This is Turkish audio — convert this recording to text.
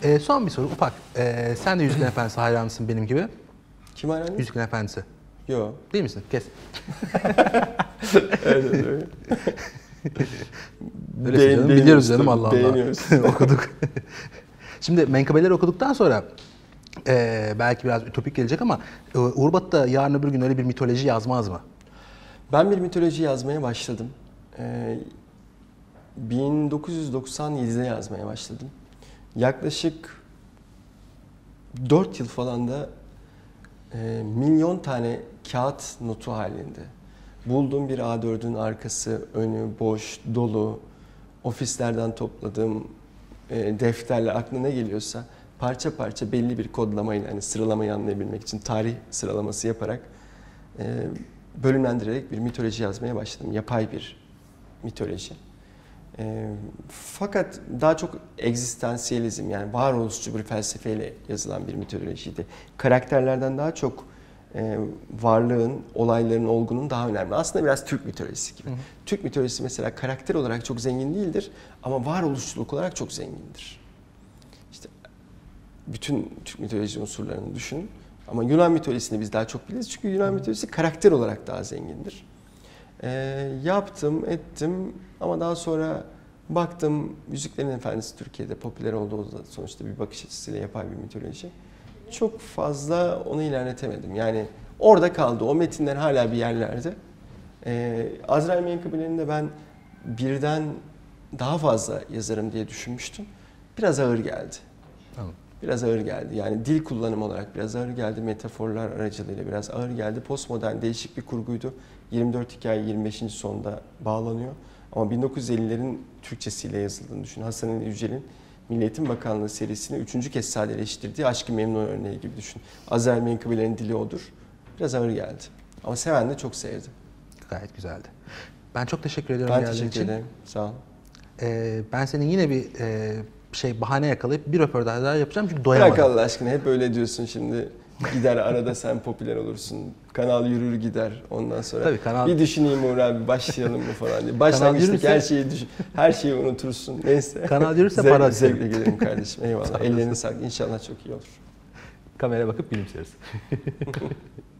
Son bir soru ufak. Sen de Yüzüklerin Efendisi hayranısın benim gibi. Kim hayranı? Yüzüklerin Efendisi. Yok. Değil misin? Kes. Evet, öyle. Öyle canım. Biliyoruz canım, Allah Allah. Beğeniyoruz. Okuduk. Şimdi Menkıbeleri okuduktan sonra belki biraz ütopik gelecek ama Uğur Batı da yarın öbür gün öyle bir mitoloji yazmaz mı? Ben bir mitoloji yazmaya başladım. 1997'de yazmaya başladım. Yaklaşık 4 yıl falan da milyon tane kağıt notu halinde. Bulduğum bir A4'ün arkası, önü boş, dolu, ofislerden topladığım defterler, aklına ne geliyorsa parça parça belli bir kodlamayla, hani sıralamayı anlayabilmek için tarih sıralaması yaparak bölümlendirerek bir mitoloji yazmaya başladım. Yapay bir mitoloji. Fakat daha çok egzistansiyelizm, yani varoluşçu bir felsefeyle yazılan bir mitolojiydi. Karakterlerden daha çok varlığın, olayların, olgunun daha önemli. Aslında biraz Türk mitolojisi gibi. Hı hı. Türk mitolojisi mesela karakter olarak çok zengin değildir ama varoluşçuluk olarak çok zengindir. İşte bütün Türk mitoloji unsurlarını düşünün. Ama Yunan mitolojisini biz daha çok biliriz çünkü Yunan mitolojisi karakter olarak daha zengindir. Yaptım, ettim ama daha sonra baktım Yüzüklerin Efendisi Türkiye'de popüler oldu. O da sonuçta bir bakış açısıyla yapay bir mitoloji. Çok fazla onu ilerletemedim. Yani orada kaldı. O metinler hala bir yerlerde. Azrail Menkıbelerinde ben birden daha fazla yazarım diye düşünmüştüm. Biraz ağır geldi. Tamam. Biraz ağır geldi. Yani dil kullanımı olarak biraz ağır geldi. Metaforlar aracılığıyla biraz ağır geldi. Postmodern değişik bir kurguydu. 24 hikaye 25. sonda bağlanıyor. Ama 1950'lerin Türkçesiyle yazıldığını düşün. Hasan Ali Yücel'in Milli Eğitim Bakanlığı serisini 3. kez sadeleştirdiği Aşk-ı Memnu örneği gibi düşün. Azrail Menkıbelerin dili odur. Biraz ağır geldi. Ama seven de çok sevdi. Gayet güzeldi. Ben çok teşekkür ediyorum ben geldiğin için. teşekkür ederim. Sağ ol. Ben senin yine bir bahane yakalayıp bir röportaj daha yapacağım çünkü doyamadım. Bırak Allah aşkına, hep öyle diyorsun şimdi. Gider arada sen popüler olursun. Kanal yürür gider. Ondan sonra tabii, kanal... bir düşüneyim Uğur abi, başlayalım mı falan diye. Başlangıçtaki her şeyi unutursun. Neyse. Kanal yürürse para. Zevkle gelirim kardeşim. Eyvallah. Ellerine sağlık. İnşallah çok iyi olur. Kameraya bakıp gülümseriz.